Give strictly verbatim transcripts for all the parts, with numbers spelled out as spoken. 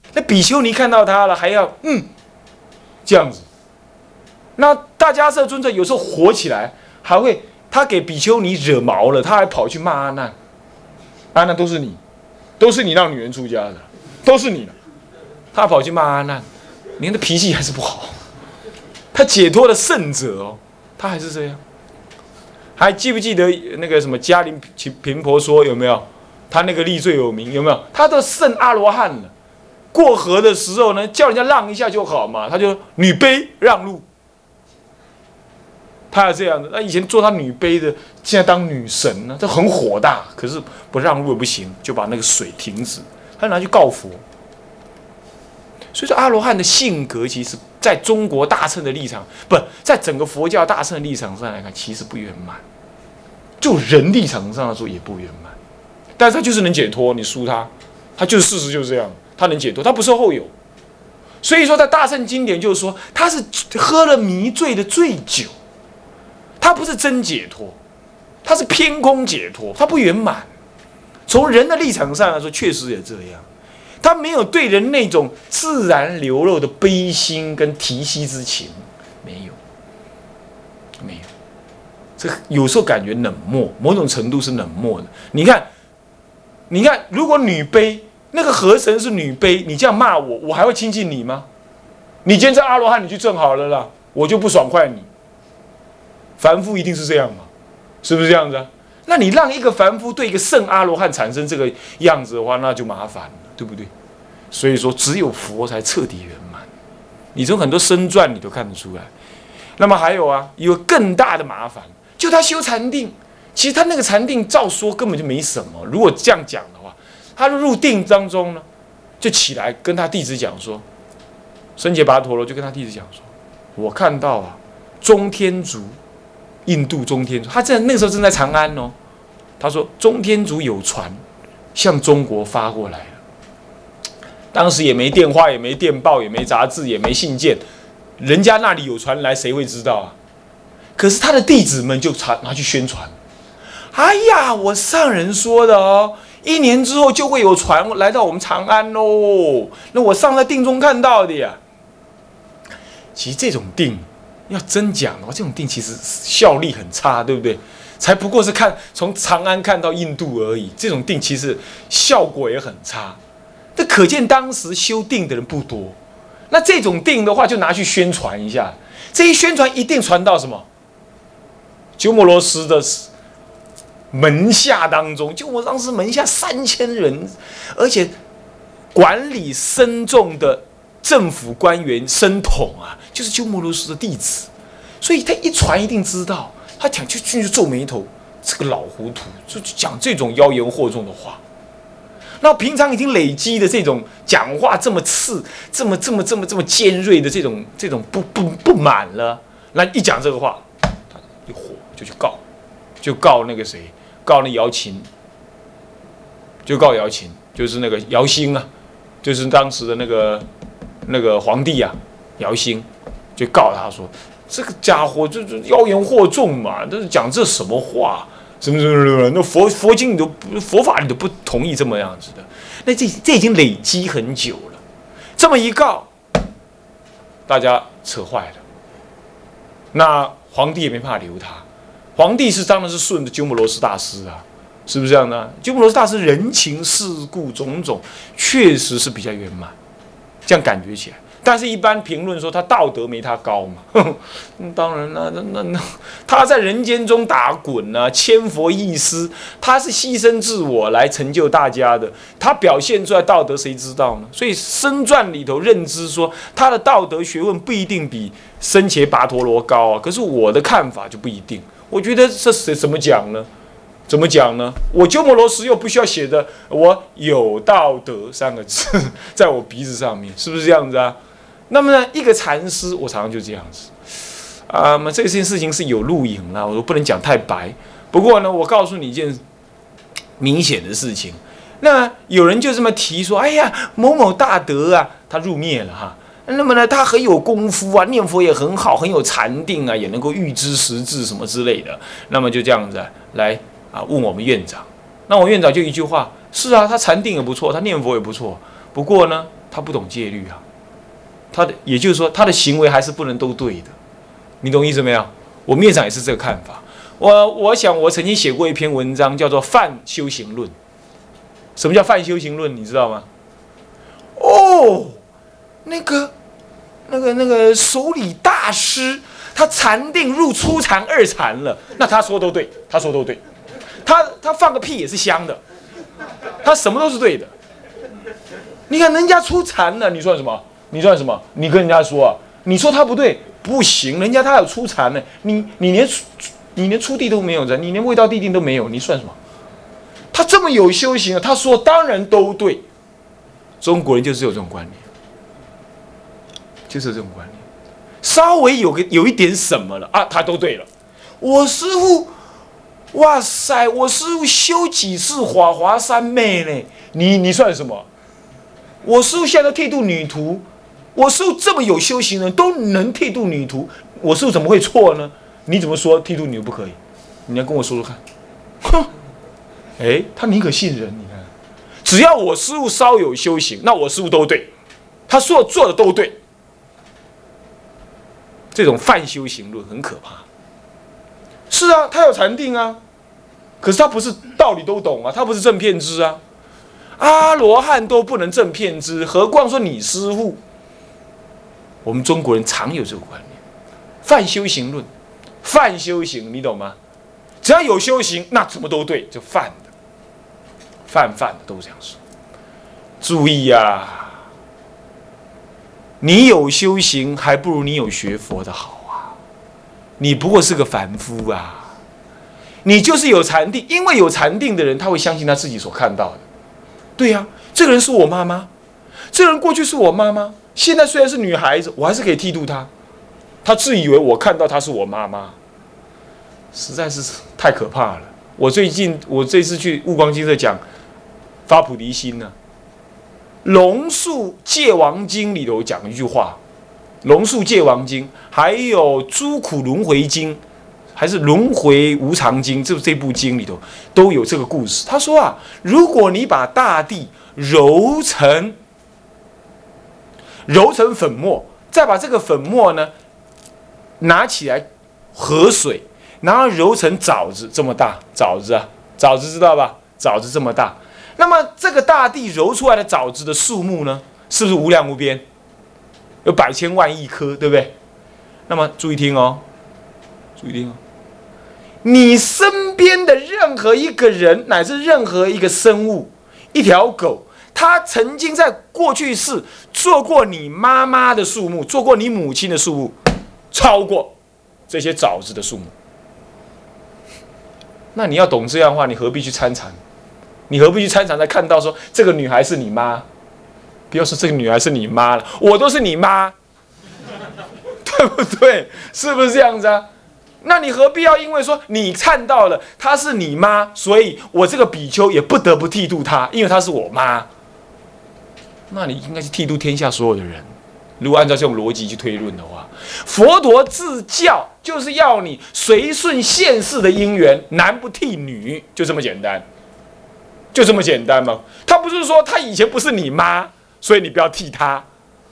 那比丘尼看到他了，还要嗯这样子。那大迦叶尊者有时候火起来，还会他给比丘尼惹毛了，他还跑去骂阿难。阿难都是你，都是你让女人出家的，都是你的。他跑去骂阿难，你看他脾气还是不好。他解脱的圣者哦，他还是这样。还记不记得那个什么迦林频婆说有没有？他那个力最有名有没有？他都圣阿罗汉了，过河的时候呢，叫人家让一下就好嘛，他就女卑让路。他是这样的，那以前做他女卑的，现在当女神呢，这很火大，可是不让路也不行，就把那个水停止，他拿去告佛。所以说，阿罗汉的性格，其实在中国大乘的立场，不在整个佛教大乘的立场上来看，其实不圆满。就人立场上来说，也不圆满。但是他就是能解脱，你输他，他就是事实就是这样，他能解脱，他不受后有。所以说，在大乘经典就是说，他是喝了迷醉的醉酒。他不是真解脱，他是偏空解脱，他不圆满。从人的立场上来说，确实也这样。他没有对人那种自然流露的悲心跟提惜之情，没有，没有。这有时候感觉冷漠，某种程度是冷漠的。你看，你看，如果女卑，那个河神是女卑，你这样骂我，我还会亲近你吗？你今天在阿罗汉，你去证好了啦，我就不爽快你。凡夫一定是这样嘛？是不是这样子啊？那你让一个凡夫对一个圣阿罗汉产生这个样子的话，那就麻烦了，对不对？所以说，只有佛才彻底圆满。你从很多僧传你都看得出来。那么还有啊，有更大的麻烦，就他修禅定，其实他那个禅定照说根本就没什么。如果这样讲的话，他入定当中呢，就起来跟他弟子讲说，僧伽跋陀罗就跟他弟子讲说，我看到啊，中天竺。印度中天竺，他在那个时候正在长安哦。他说中天竺有船向中国发过来了，当时也没电话，也没电报，也没杂志，也没信件，人家那里有船来，谁会知道啊？可是他的弟子们就拿去宣传，哎呀，我上人说的哦，一年之后就会有船来到我们长安喽。那我上在定中看到的呀。其实这种定。要真讲的话，这种定其实效力很差，对不对？才不过是看从长安看到印度而已，这种定其实效果也很差。这可见当时修定的人不多。那这种定的话，就拿去宣传一下，这一宣传一定传到什么？鸠摩罗什的门下当中，鸠摩罗什门下三千人，而且管理僧众的。政府官员僧统啊，就是鸠摩罗什的弟子，所以他一传一定知道。他讲就就皱眉头，这个老糊涂，就讲这种妖言惑众的话。那平常已经累积的这种讲话这么刺、这么这么这么这么尖锐的这种这种不不不满了，那一讲这个话，他一火就去告，就告那个谁，告那姚琴，就告姚琴，就是那个姚兴啊，就是当时的那个。那个皇帝啊，姚兴就告他说：“这个家伙就就妖言惑众嘛，这是讲这什么话？什么什么什么？那佛佛经里都佛法里都不同意这么样子的。那这这已经累积很久了，这么一告，大家扯坏了。那皇帝也没办法留他，皇帝是当然是顺着鸠摩罗什大师啊，是不是这样的？鸠摩罗什大师人情世故种种，确实是比较圆满。”这样感觉起来，但是一般评论说他道德没他高嘛，呵呵嗯、当然了，那那那他在人间中打滚啊，千佛一师，他是牺牲自我来成就大家的，他表现出来道德谁知道呢？所以僧传里头认知说他的道德学问不一定比僧伽跋陀罗高啊，可是我的看法就不一定，我觉得这是怎么讲呢？怎么讲呢？我鸠摩罗什又不需要写的“我有道德”三个字在我鼻子上面，是不是这样子啊？那么呢，一个禅师，我常常就这样子啊。那、嗯、这件事情是有录影啦，我不能讲太白。不过呢，我告诉你一件明显的事情。那有人就这么提说：“哎呀，某某大德啊，他入灭了哈。那么呢，他很有功夫啊，念佛也很好，很有禅定啊，也能够预知时至什么之类的。那么就这样子、啊、来。”啊，问我们院长，那我院长就一句话：是啊，他禅定也不错，他念佛也不错。不过呢， 他不懂戒律啊。他的也就是说，他的行为还是不能都对的，你懂意思没有？我们院长也是这个看法。我我想我曾经写过一篇文章，叫做《泛修行论》。什么叫泛修行论？你知道吗？哦，那个那个那个守礼大师，他禅定入初禅、二禅了，那他说都对，他说都对，他他放个屁也是香的，他什么都是对的。你看人家出禅了，你算什么？你算什么？你跟人家说啊，你说他不对，不行，人家他有出禅呢，你你连你连出地都没有的，你连味道地定都没有，你算什么？他这么有修行啊，他说当然都对。中国人就是有这种观念，就是有这种观念，稍微有个有一点什么了啊，他都对了。我师父，哇塞，我师父修几次法华三昧呢？你你算什么？我师父现在都剃度女徒。我师父这么有修行人都能剃度女徒，我师父怎么会错呢？你怎么说剃度女不可以？你要跟我说说看。哼，哎，他宁可信人，你看，只要我师父稍有修行，那我师父都对，他说做的都对。这种泛修行论很可怕。是啊，他有禅定啊，可是他不是道理都懂啊，他不是正遍知啊。阿罗汉都不能正遍知，何况说你师父？我们中国人常有这个观念，泛修行论，泛修行，你懂吗？只要有修行，那什么都对，就泛的，泛泛的都这样说。注意呀、啊，你有修行，还不如你有学佛的好啊！你不过是个凡夫啊，你就是有禅定，因为有禅定的人，他会相信他自己所看到的。对呀、啊，这个人是我妈妈，这个人过去是我妈妈。现在虽然是女孩子，我还是可以剃度她。她自以为我看到她是我妈妈，实在是太可怕了。我最近我这次去悟光金色讲发菩提心呢、啊，龙树戒王经里头讲一句话，龙树戒王经，还有诸苦轮回经，还是轮回无常经，这这部经里头都有这个故事。他说啊，如果你把大地揉成揉成粉末，再把这个粉末呢拿起来和水，然后揉成枣子这么大，枣子啊，枣子知道吧？枣子这么大，那么这个大地揉出来的枣子的数目呢，是不是无量无边？有百千万亿颗，对不对？那么注意听哦，注意听哦，你身边的任何一个人，乃至任何一个生物，一条狗。他曾经在过去世做过你妈妈的数目，做过你母亲的数目，超过这些枣子的数目。那你要懂这样的话，你何必去参禅？你何必去参禅才看到说这个女孩是你妈？不要说这个女孩是你妈了，我都是你妈，对不对？是不是这样子啊？那你何必要因为说你看到了她是你妈，所以我这个比丘也不得不剃度她，因为她是我妈？那你应该去剃度天下所有的人。如果按照这种逻辑去推论的话，佛陀自教就是要你随顺现世的因缘，男不剃女，就这么简单，就这么简单吗？他不是说他以前不是你妈，所以你不要剃他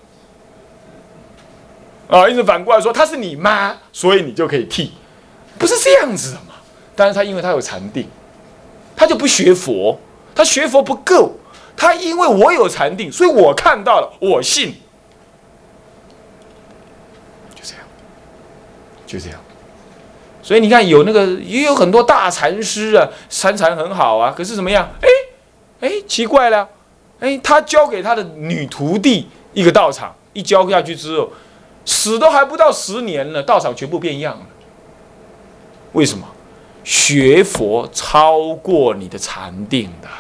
啊，因此反过来说他是你妈，所以你就可以剃，不是这样子的嘛？但是他因为他有禅定，他就不学佛，他学佛不够。他因为我有禅定，所以我看到了，我信，就这样，就这样。所以你看，有那个也有很多大禅师啊，参禅很好啊，可是怎么样？哎哎，奇怪了，哎，他教给他的女徒弟一个道场，一教下去之后，死都还不到十年了，道场全部变样了。为什么？学佛超过你的禅定的。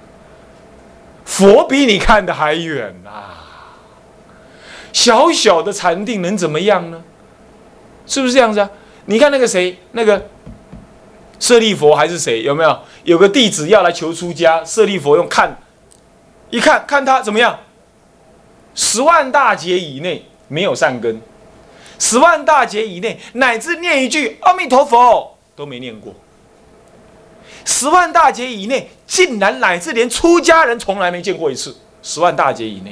佛比你看的还远啊！小小的禅定能怎么样呢？是不是这样子啊？你看那个谁，那个舍利佛还是谁？有没有？有个弟子要来求出家，舍利佛用看，一看看他怎么样？十万大劫以内没有善根，十万大劫以内乃至念一句阿弥陀佛都没念过。十万大劫以内，竟然乃至连出家人从来没见过一次。十万大劫以内，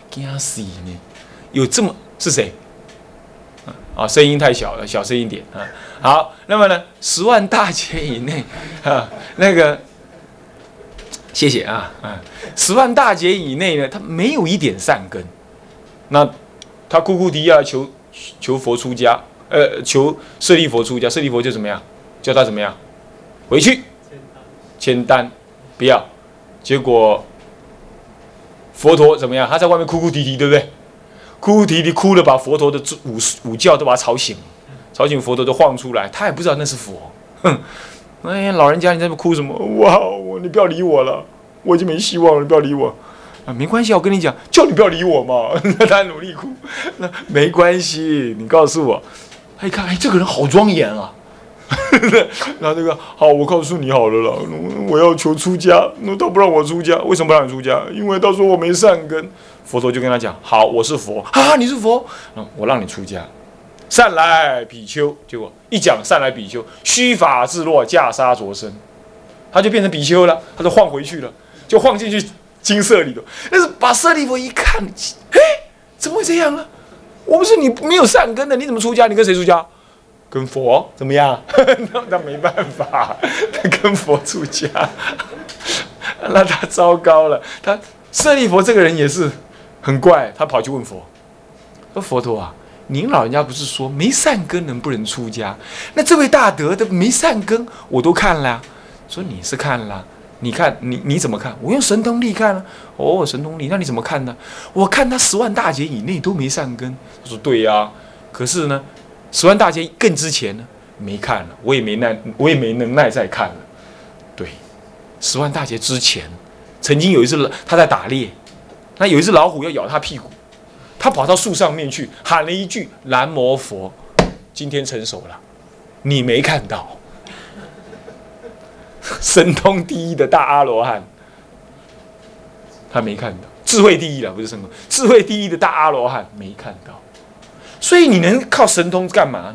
惊死呢！有这么是谁？啊，声音太小了，小声一点啊。好，那么呢，十万大劫以内啊，那个谢谢啊啊，十万大劫以内呢，他没有一点善根，那他哭哭啼要求求佛出家，呃，求舍利佛出家，舍利佛就怎么样？叫他怎么样？回去签单，不要。结果佛陀怎么样？他在外面哭哭啼啼，对不对？哭哭啼啼哭了，把佛陀的午午觉都把他吵醒了，吵醒佛陀都晃出来，他也不知道那是佛。哼，哎呀，老人家你在那哭什么？哇，你不要理我了，我已经没希望了，你不要理我。啊，没关系，我跟你讲，叫你不要理我嘛。他努力哭，那没关系，你告诉我。他一看，哎，这个人好庄严啊。然后那个好，我告诉你好了啦，我要求出家，那他不让我出家，为什么不让你出家？因为他说我没善根。佛陀就跟他讲：好，我是佛啊，你是佛，嗯，我让你出家。善来比丘，结果一讲善来比丘，须发自落，袈裟着身，他就变成比丘了，他就晃回去了，就晃进去金色里头。但是把舍利弗一看，哎，怎么会这样呢？我不是你没有善根的，你怎么出家？你跟谁出家？跟佛怎么样？那那没办法，他跟佛出家，那他糟糕了。他舍利弗这个人也是很怪，他跑去问佛，说佛陀啊，您老人家不是说没善根能不能出家？那这位大德的没善根我都看了，说你是看了，你看你你怎么看？我用神通力看了，哦，神通力，那你怎么看呢？我看他十万大劫以内都没善根。他说对呀、啊，可是呢，十万大劫更之前呢，没看了，我也没耐，我也没能耐再看了。对，十万大劫之前，曾经有一次他在打猎，那有一只老虎要咬他屁股，他跑到树上面去喊了一句“南无佛”，今天成熟了，你没看到。神通第一的大阿罗汉，他没看到；智慧第一了，不是神通，智慧第一的大阿罗汉没看到。所以你能靠神通干嘛呢？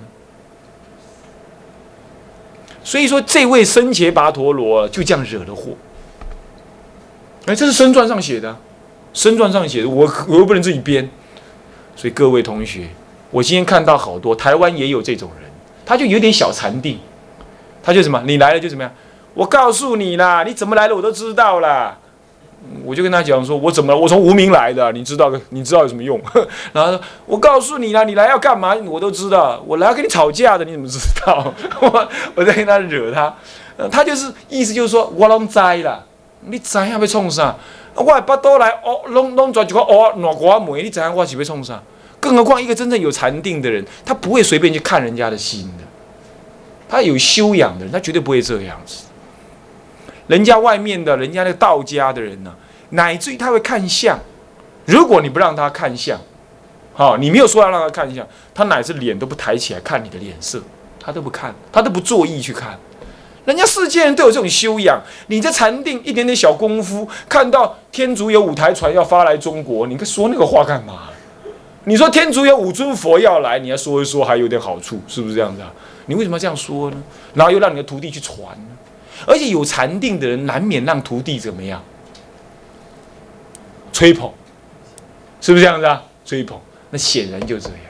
所以说，这位僧伽跋陀罗就这样惹了祸。哎，这是僧传上写的、啊，僧传上写的，我我又不能自己编。所以各位同学，我今天看到好多台湾也有这种人，他就有点小禅定，他就什么，你来了就怎么样？我告诉你啦，你怎么来的我都知道啦。我就跟他讲说，我怎么了？我从无名来的，你知道？你知道有什么用？然后他说，我告诉你啦，你来要干嘛？我都知道。我来要跟你吵架的，你怎么知道？我我在跟他惹他，他就是意思就是说，我拢知啦，你知影要创啥？我的巴肚来哦，拢拢抓一个哦，两瓜梅，你知影我是要创啥？更何况一个真正有禅定的人，他不会随便去看人家的心的，他有修养的人，他绝对不会这样子。人家外面的人家那个道家的人呢、啊，乃至于他会看相。如果你不让他看相，好、哦，你没有说要让他看相，他乃至脸都不抬起来看你的脸色，他都不看，他都不作意去看。人家世界人都有这种修养，你在禅定一点点小功夫，看到天竺有五台船要发来中国，你说那个话干嘛？你说天竺有五尊佛要来，你要说一说还有点好处，是不是这样子啊？你为什么要这样说呢？然后又让你的徒弟去传呢？而且有禅定的人难免让徒弟怎么样？吹捧，是不是这样子啊？吹捧，那显然就这样。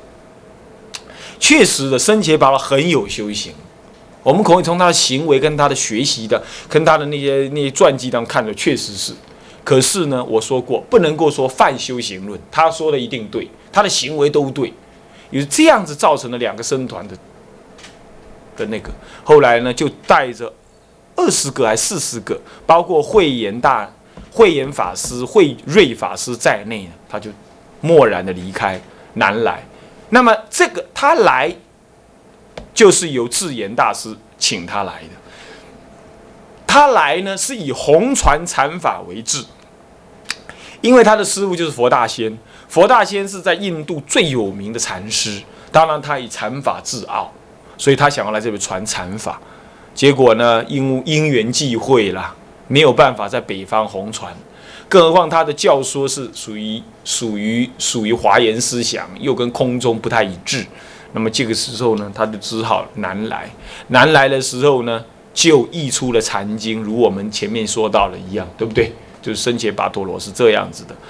确实的，僧伽跋陀很有修行，我们可以从他的行为跟他的学习的，跟他的那些那些传记当中看的，确实是。可是呢，我说过，不能够说泛修行论，他说的一定对，他的行为都对，有这样子造成了两个僧团的的那个，后来呢，就带着二十个还四十个，包括慧眼大、慧眼法师、慧瑞法师在内，他就默然的离开南来。那么这个他来，就是由智严大师请他来的。他来呢，是以弘传禅法为志，因为他的师父就是佛大仙。佛大仙是在印度最有名的禅师，当然他以禅法自傲，所以他想要来这里传禅法。结果呢，因因缘际会啦，没有办法在北方弘传，更何况他的教说是属于属于属于华严思想，又跟空中不太一致。那么这个时候呢，他就只好南来。南来的时候呢，就译出了禅经，如我们前面说到的一样，对不对？就是僧伽跋陀罗是这样子的。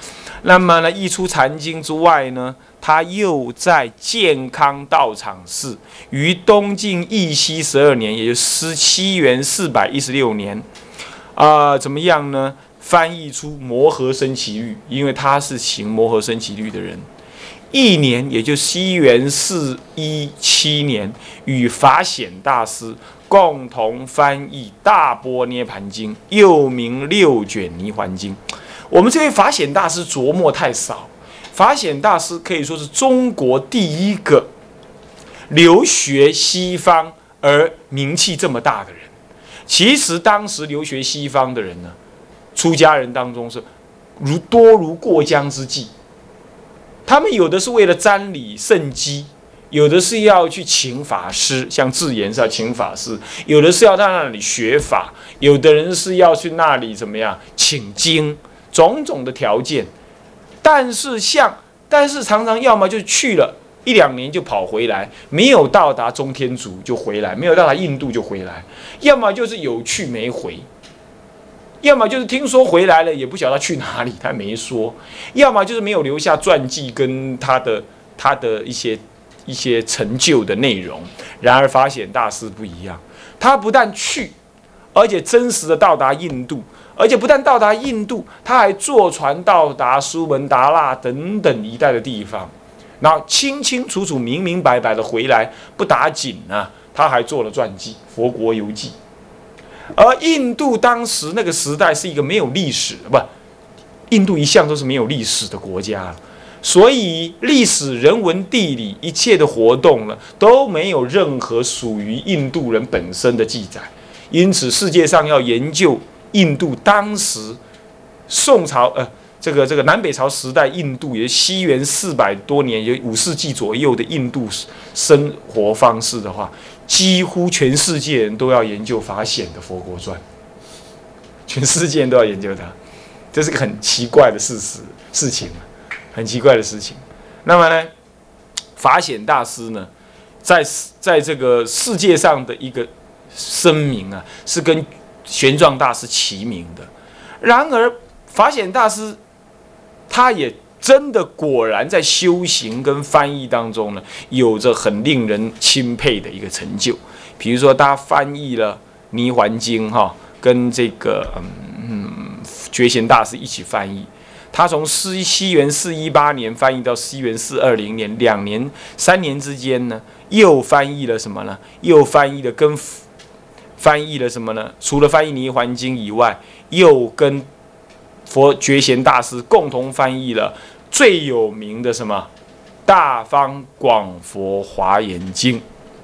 那么呢，译出禅经之外呢，他又在健康道场寺于东晋义熙十二年，也就是西元四百一十六年，啊、呃，怎么样呢？翻译出《摩诃僧祇律》，因为他是行《摩诃僧祇律》的人。一年，也就西元四一七年，与法显大师共同翻译《大般涅盘经》，又名《六卷泥环经》。我们这位法显大师琢磨太少。法显大师可以说是中国第一个留学西方而名气这么大的人。其实当时留学西方的人呢，出家人当中是如多如过江之鲫。他们有的是为了瞻礼圣迹，有的是要去请法师，像智妍是要请法师，有的是要到那里学法，有的人是要去那里怎么样请经，种种的条件。但是像，但是常常要么就去了一两年就跑回来，没有到达中天竺就回来，没有到达印度就回来，要么就是有去没回。要么就是听说回来了，也不晓得他去哪里，他没说；要么就是没有留下传记跟他的他的一些一些成就的内容。然而法显大师不一样，他不但去，而且真实的到达印度，而且不但到达印度，他还坐船到达苏门答腊等等一带的地方，然后清清楚楚、明明白白的回来，不打紧啊，他还做了传记《佛国游记》。而印度当时那个时代是一个没有历史的，不，印度一向都是没有历史的国家，所以历史、人文、地理一切的活动呢，都没有任何属于印度人本身的记载。因此，世界上要研究印度当时宋朝呃这个这个南北朝时代印度，也西元四百多年，也五世纪左右的印度生活方式的话，几乎全世界人都要研究法显的《佛国传》，全世界人都要研究它，这是个很奇怪的事实事情，很奇怪的事情。那么呢，法显大师呢，在在这个世界上的一个声名啊，是跟玄奘大师齐名的。然而，法显大师他也真的果然在修行跟翻译当中呢，有着很令人钦佩的一个成就。比如说，他翻译了《泥环经》哈，跟这个嗯嗯觉贤大师一起翻译。他从西西元四一八年翻译到西元四二零年，两年三年之间呢，又翻译了什么呢？又翻译了跟翻译了什么呢？除了翻译《泥环经》以外，又跟佛觉贤大师共同翻译了最有名的什么《大方广佛华严经》。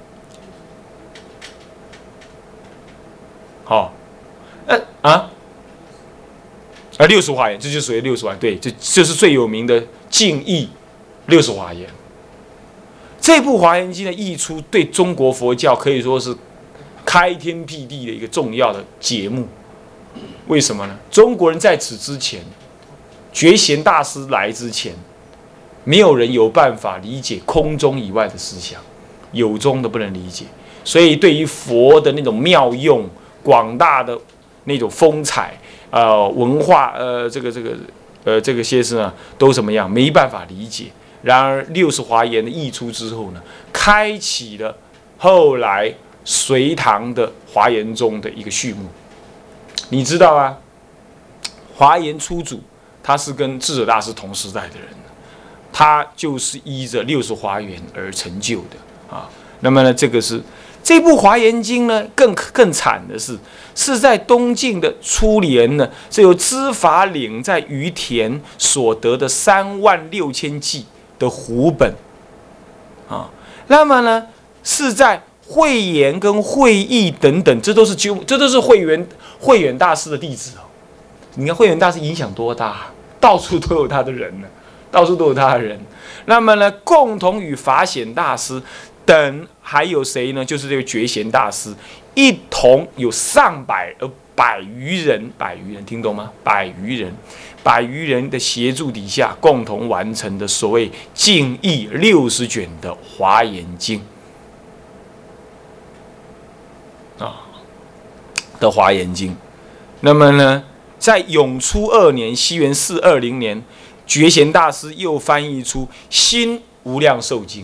好，呃啊啊，六十华严，这就属于六十华严，对，这这是最有名的净译六十华严。这部华严经的译出，对中国佛教可以说是开天辟地的一个重要的节目。为什么呢？中国人在此之前，觉贤大师来之前，没有人有办法理解空中以外的思想，有中的不能理解。所以对于佛的那种妙用、广大的那种风采、呃文化、呃这个这个呃这个些事呢，都怎么样？没办法理解。然而六十华严的译出之后呢，开启了后来隋唐的华严宗的一个序幕。你知道啊，华严初祖他是跟智者大师同时代的人，他就是依着六十华严而成就的啊。那么呢，这个是这部华严经呢，更更惨的是，是在东晋的初年呢，是由知法领在于田所得的三万六千骑的胡本啊。那么呢，是在慧言跟慧义等等，这都是就这都是慧远慧远大师的弟子哦。你看慧远大师影响多大，到处都有他的人呢，到处都有他的人。那么呢，共同与法显大师等还有谁呢？就是这个觉贤大师，一同有上百呃百余人，百余人听懂吗？百余人，百余人的协助底下，共同完成的所谓净译六十卷的华严经。啊的华严经，那么呢，在永初二年，西元四二零年， 觉贤大师又翻译出《新无量寿经》，《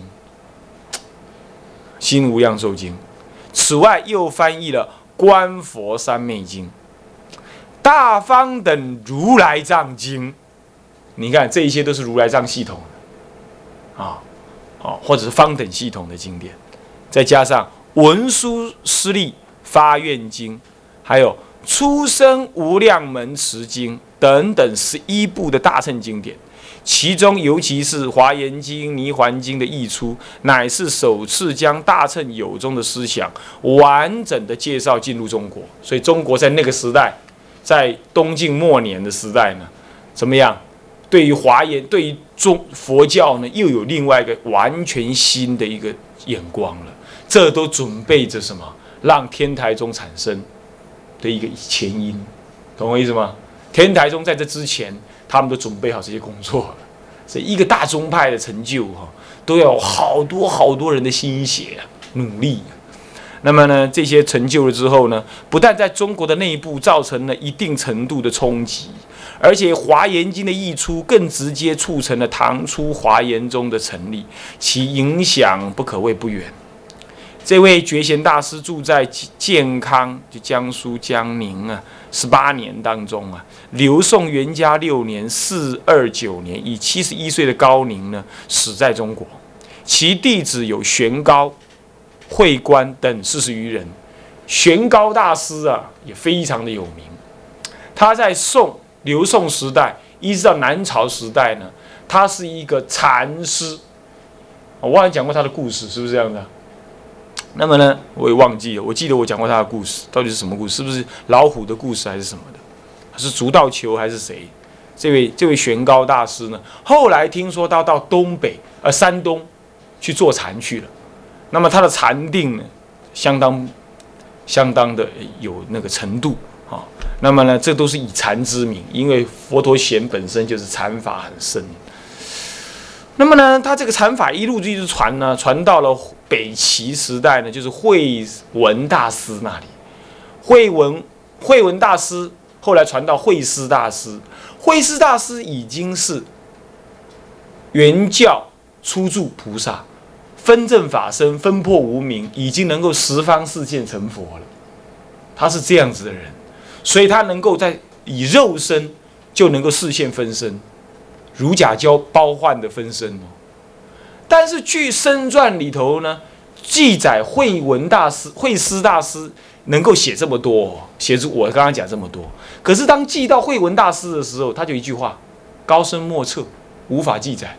新无量寿经》。此外，又翻译了《观佛三昧经》、《大方等如来藏经》。你看，这一些都是如来藏系统的啊，哦，或者是方等系统的经典，再加上文殊师利发愿经，还有出生无量门持经等等十一部的大乘经典。其中，尤其是《华严经》《泥环经》的译出，乃是首次将大乘有宗的思想完整的介绍进入中国。所以，中国在那个时代，在东晋末年的时代呢，怎么样？对于华严，对于中佛教呢，又有另外一个完全新的一个眼光了。这都准备着什么？让天台宗产生的一个前因，懂我意思吗？天台宗在这之前，他们都准备好这些工作了。所以一个大宗派的成就哈，都要有好多好多人的心血啊、努力啊。那么呢，这些成就了之后呢，不但在中国的内部造成了一定程度的冲击，而且《华严经》的译出更直接促成了唐初华严宗的成立，其影响不可谓不远。这位觉贤大师住在建康，就江苏江宁啊，十八年当中啊，刘宋元嘉六年（四二九年），以七十一岁的高龄呢，死在中国。其弟子有玄高、慧观等四十余人。玄高大师啊，也非常的有名。他在宋刘宋时代一直到南朝时代呢，他是一个禅师。我忘了讲过他的故事，是不是这样的？那么呢，我也忘记了。我记得我讲过他的故事，到底是什么故事？是不是老虎的故事还是什么的？是竹道球还是谁？这位这位玄高大师呢，后来听说他到东北呃山东去坐禅去了。那么他的禅定呢，相当相当的有那个程度啊。那么呢，这都是以禅之名，因为佛陀贤本身就是禅法很深。那么呢，他这个禅法一路就一直传呢，传到了北齐时代呢，就是慧文大师那里。慧文慧文大师后来传到慧思大师，慧思大师已经是原教初住菩萨，分正法身，分破无明，已经能够十方世界成佛了。他是这样子的人，所以他能够在以肉身就能够视现分身。如假交包换的分身哦，但是据身传里头呢，记载慧文大师、慧思大师能够写这么多、哦，写出我刚刚讲这么多。可是当记到慧文大师的时候，他就一句话：高深莫测，无法记载。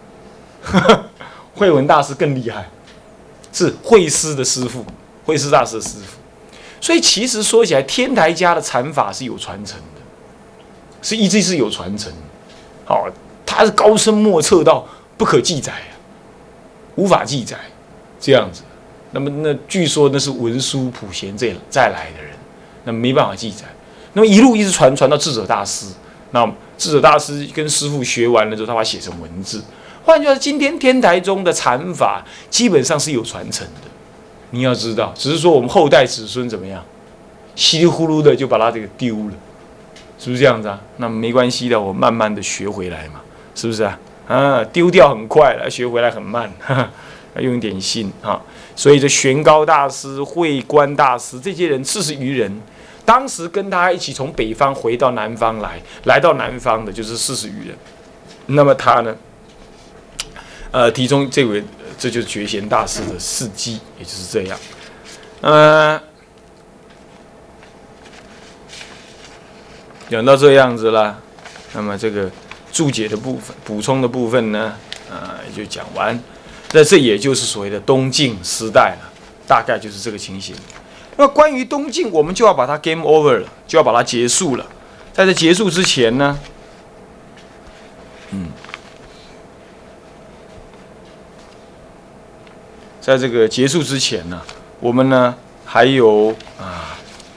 慧文大师更厉害，是慧思的师父，慧思大师的师父。所以其实说起来，天台家的禅法是有传承的，是一直是有传承的。哦，他是高深莫测到不可记载啊，无法记载这样子。那么那据说那是文殊普贤这再来的人，那没办法记载。那么一路一直传传到智者大师，那智者大师跟师父学完了之后，他把它写成文字。换句话说，今天天台中的禅法基本上是有传承的。你要知道，只是说我们后代子孙怎么样，稀里糊涂的就把它这个丢了。是不是这样子啊？那没关系的，我慢慢的学回来嘛，是不是啊？啊，丢掉很快了，学回来很慢，哈哈，要用一点心啊。所以这玄高大师、慧观大师这些人四十余人，当时跟他一起从北方回到南方来，来到南方的就是四十余人。那么他呢，呃，其中这位这就是觉贤大师的事迹，也就是这样，呃。讲到这样子了，那么这个注解的部分、补充的部分呢，啊、呃，也就讲完。那这也就是所谓的东晋时代了，大概就是这个情形。那么关于东晋，我们就要把它 game over 了，就要把它结束了。在这结束之前呢，嗯，在这个结束之前呢，我们呢还有啊。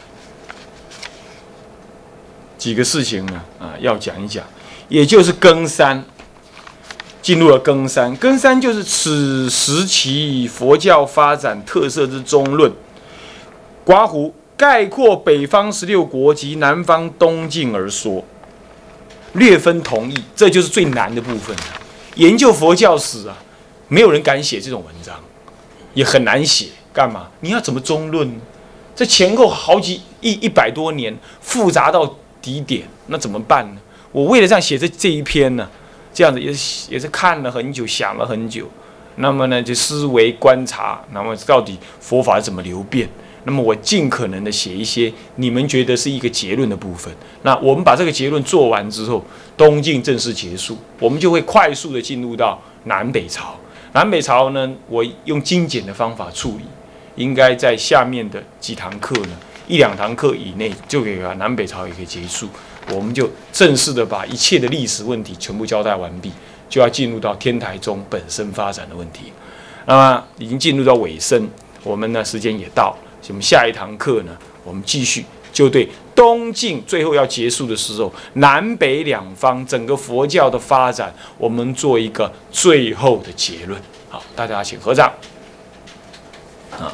几个事情呢，啊，要讲一讲，也就是庚三，进入了庚三。庚三就是此时期佛教发展特色之中论，刮胡概括北方十六国及南方东晋而说。 略分同义，这就是最难的部分。研究佛教史啊，没有人敢写这种文章，也很难写。干嘛？你要怎么中论呢？这前后好几一一百多年，复杂到极点，那怎么办呢？我为了这样写这这一篇呢，这样子也是也是看了很久，想了很久。那么呢，就思维观察，那么到底佛法怎么流变？那么我尽可能的写一些你们觉得是一个结论的部分。那我们把这个结论做完之后，东晋正式结束，我们就会快速的进入到南北朝。南北朝呢，我用精简的方法处理，应该在下面的几堂课呢，一两堂课以内就可以把南北朝也可以结束。我们就正式的把一切的历史问题全部交代完毕，就要进入到天台宗本身发展的问题。那么已经进入到尾声，我们呢时间也到了。我们下一堂课呢，我们继续就对东晋最后要结束的时候，南北两方整个佛教的发展，我们做一个最后的结论。好，大家请合掌。啊，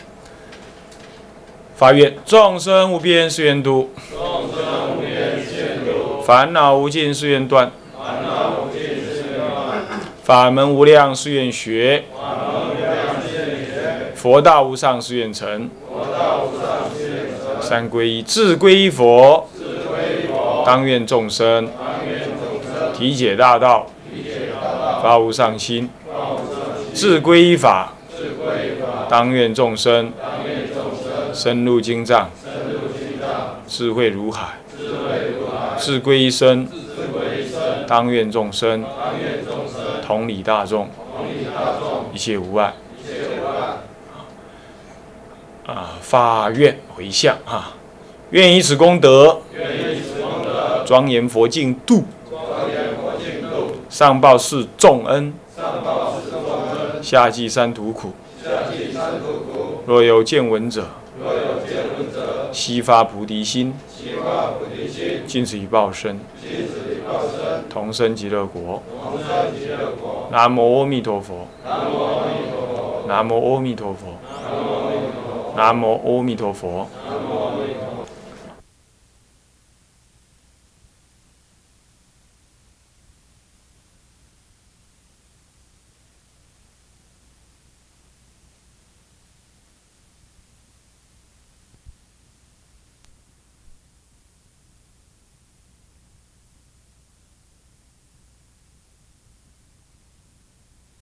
发愿众生无边誓愿度，众生无边誓愿度，烦恼无尽誓愿断，烦恼无尽誓愿断，法门无量誓愿学，法门无量誓愿学，佛道无上誓愿成。三皈依，自皈依佛，当愿众生体解大道，发无上心；自皈依法，当愿众生深入经藏，智慧如海；自皈依身，当愿众生同理大众，一切无碍。啊，发愿回向啊，愿以此功德，庄严佛净土，上报四重恩，下济三途苦。若有见闻者，悉发菩提心，尽此一报身，同生极乐国。南无阿弥陀佛。南无阿弥陀佛。南无阿弥陀佛。